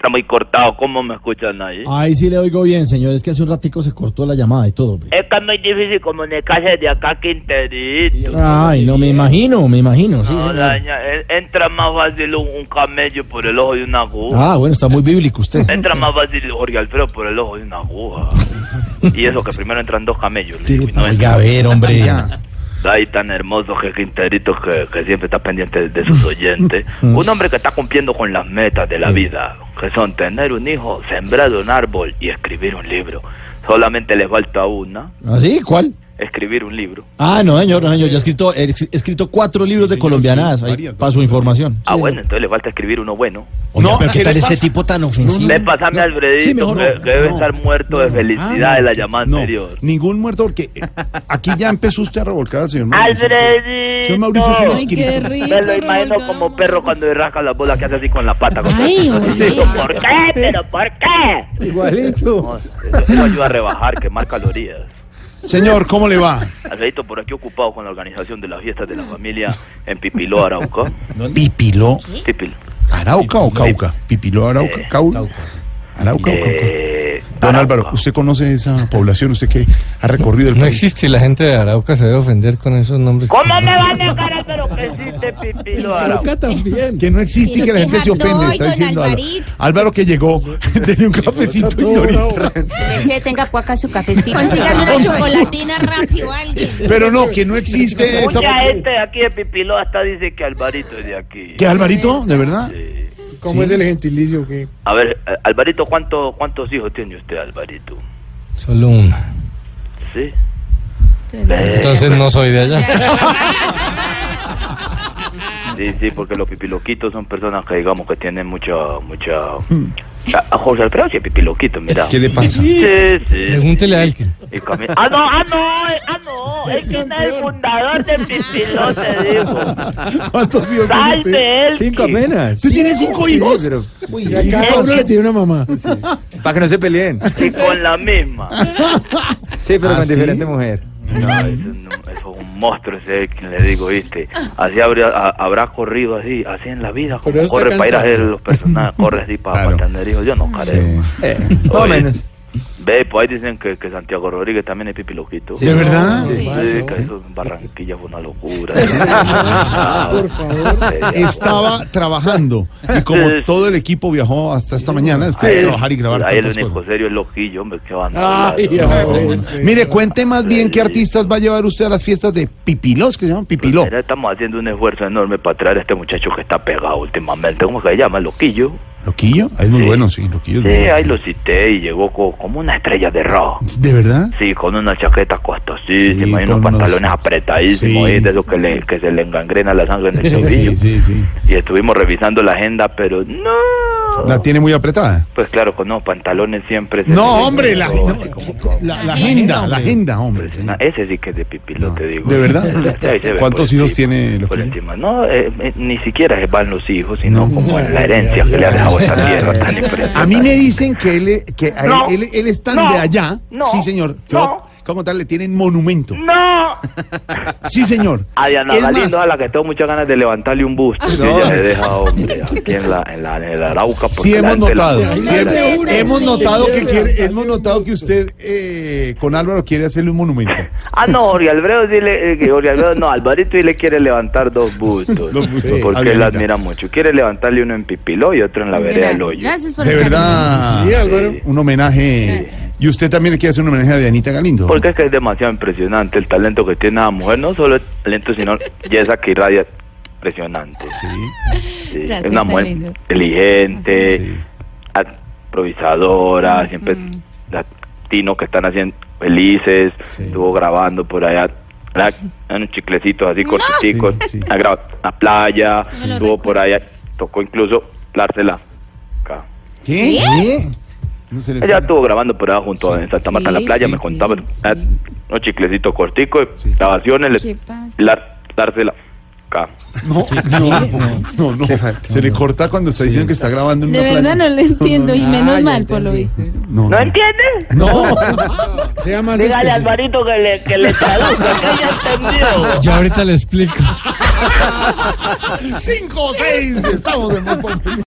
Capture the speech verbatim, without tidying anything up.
está muy cortado. ¿Cómo me escuchan ahí? Ahí sí le oigo bien, señor. Es que hace un ratico se cortó la llamada y todo. Es que es muy difícil comunicarse de acá a Quinterito. Ay, no, me imagino, me imagino. Sí, No, señor. daña, entra más fácil un, un camello por el ojo de una aguja. Ah, bueno, está muy bíblico usted. Entra más fácil Jorge Alfredo por el ojo de una aguja. Y eso que primero entran dos camellos. ¿Qué y le no pasa? entra. Oiga, a ver, hombre. Ahí tan hermoso que Quinterito que, que siempre está pendiente de sus oyentes. Un hombre que está cumpliendo con las metas de la vida, que son tener un hijo, sembrar un árbol y escribir un libro. Solamente le falta una, ¿Ah, sí? ¿Cuál? escribir un libro. Ah, no, señor, no, señor. Yo he escrito, he escrito cuatro libros de colombianadas ahí, para su información. Ah, Sí, bueno, señor. entonces le falta escribir uno bueno. Oiga, No, pero ¿qué ¿qué tal le este pasa? tipo tan ofensivo? Le pásame a Alfredito, Sí, mejor que, no. que debe No. estar muerto de felicidad de la llamada No, anterior. ningún muerto, porque eh, aquí ya empezó usted a revolcar al señor Mauricio. Alfredito. Señor Mauricio es un Ay, espíritu. qué rico. Me lo imagino revolcado. como perro cuando le rasca la bola que hace así con la pata. Con Ay, el- oye. ¿Por qué? ¿Pero por qué? Igualito. No, eso, eso ayuda a rebajar, quemar calorías. Señor, ¿cómo le va? Alfredito, por aquí ocupado con la organización de las fiestas de la familia en Pipiló, Arauca. ¿Pipiló? Pipiló. ¿Arauca o Cauca? ¿Pipiló, Arauca? Cauca. ¿Arauca o Cauca? Eh, Don Arauca. Álvaro, ¿usted conoce esa población? ¿Usted que ha recorrido el No país? existe y la gente de Arauca se debe ofender con esos nombres. ¿Cómo me va a negar pero que existe Pipiló, Arauca? también. Que no existe y que la gente se ofende, Ay, está don diciendo Álvaro. Alvarito. Álvaro que llegó, denle un cafecito, señorita. Ese tenga por acá su cafecito. Consígale una chocolatina rápido a alguien. Pero no, que no existe esa... Mucha gente de aquí de Pipiló hasta dice que Alvarito es de aquí. ¿Qué, Alvarito? ¿De verdad? Sí. ¿Cómo es el gentilicio que? A ver, eh, Alvarito, ¿cuánto, ¿cuántos hijos tiene usted, Alvarito? Solo una. ¿Sí? Entonces no soy de allá. Sí, sí, porque los pipiloquitos son personas que digamos que tienen mucha, mucha... A, a José Alfredo sí es pipiloquito, mira. ¿Qué le pasa? Sí, sí. Pregúntele a alguien. Y cami- Ah, no, ah, no, eh, ah, no, es que no es el fundador de Pipiló, te digo. ¿Cuántos hijos tiene usted? Salte él. Cinco apenas. ¿Usted tiene cinco hijos? Y a cada uno le tiene una mamá. Para que no se peleen. Y con la misma. Sí, pero ¿Ah, con sí? diferente mujer. No, eso, no, eso es un monstruo ese que le digo, ¿viste? Así habría, a- habrá corrido así, así en la vida, como Pero está corre para ir a cansado. hacer los personajes, corre así para, Claro. para tener hijos, yo no creo. Sí. Eh, más o Oye, menos. Ve, pues ahí dicen que, que Santiago Rodríguez también es pipiloquito. ¿De verdad? Sí, Sí. que eso en Barranquilla fue una locura. Por favor. Estaba trabajando y como Sí. todo el equipo viajó hasta esta mañana, fue a trabajar y grabar Ahí el tantas único cosas. serio es Loquillo, hombre, qué banda. Ay, hablar, ¿no? hombre, sí. Mire, cuente más bien qué artistas va a llevar usted a las fiestas de Pipilós, que se llaman Pipiló. Mira, estamos haciendo un esfuerzo enorme para traer a este muchacho que está pegado últimamente. ¿Cómo se llama? Loquillo. ¿Loquillo? Ah, es muy Sí. bueno, sí, Loquillo. es muy Sí, bueno. ahí lo cité y llegó co- como una estrella de rock. ¿De verdad? Sí, con una chaqueta costosísima Sí, y unos con pantalones unos- apretadísimos, Sí, y de esos sí, que, le, sí. que se le engangrena la sangre en el Sí, tobillo. sí, sí. Y estuvimos revisando la agenda, pero no. ¿La tiene muy apretada? Pues claro, con los pantalones siempre... se No, le- hombre, la, así no, como- la, la agenda, la agenda, hombre. No, ese sí que es de pipilo, No. te digo. ¿De verdad? Sí, ahí se ve ¿Cuántos por hijos encima, tiene por Loquillo? encima. No, eh, eh, ni siquiera se van los hijos, sino como en la herencia que le ha dejado esta tierra tan impresionante. A mí me dicen que él, que a él, No. él, él es tan No. de allá. No. Sí, señor. Que No. va- ¿Cómo tal? Le tienen monumento. ¡No! Sí, señor. A Diana Es Galindo, más, a la que tengo muchas ganas de levantarle un busto. Que ella le deja, hombre, aquí en la, en la, en el Arauca. Sí porque la hemos gente la- notado, la- sí la- hemos, seguro. hemos notado que Sí, quiere, la- hemos notado que usted eh, con Álvaro quiere hacerle un monumento. Ah, no, Jorge Alfredo sí le, eh, que Jorge Alfredo, no, Alvarito sí le quiere levantar dos bustos. Dos bustos, Porque sí, él Adrianita. admira mucho. Quiere levantarle uno en Pipiló y otro en la vereda del Hoyo. Gracias por De el cariño. verdad. Sí, Álvaro. Un homenaje. Y usted también le quiere hacer un homenaje a Dianita Galindo. Porque es que es demasiado impresionante el talento que tiene la mujer. No solo el talento, sino ya esa que irradia impresionante. Sí. Sí, Gracias, es una mujer está lindo. inteligente, Sí. improvisadora, siempre latinos que están haciendo felices. Sí. Estuvo grabando por allá la- unos chiclecitos así cortiticos, Sí, sí. ha grabado en la playa, me lo estuvo por allá, tocó incluso dársela acá. ¿Qué? ¿Qué? No se le- Ella estuvo grabando por allá junto a en Santa Marta en la Sí, playa, sí, me sí, contaba ah, sí. unos chiclecitos corticos, Sí. grabaciones, ¿Qué le, pasa? la- dársela acá. No, no, no, no. Se le corta cuando está diciendo que está grabando en De una verdad playa. no lo entiendo y menos Ah, ya mal por lo entendí. visto. No, ¿No entiendes? no. Sea más Dígale a específico. Alvarito que le, que le traduzca, que ella entendió. Yo ahorita le explico. Cinco o seis. Estamos en Voz Populi.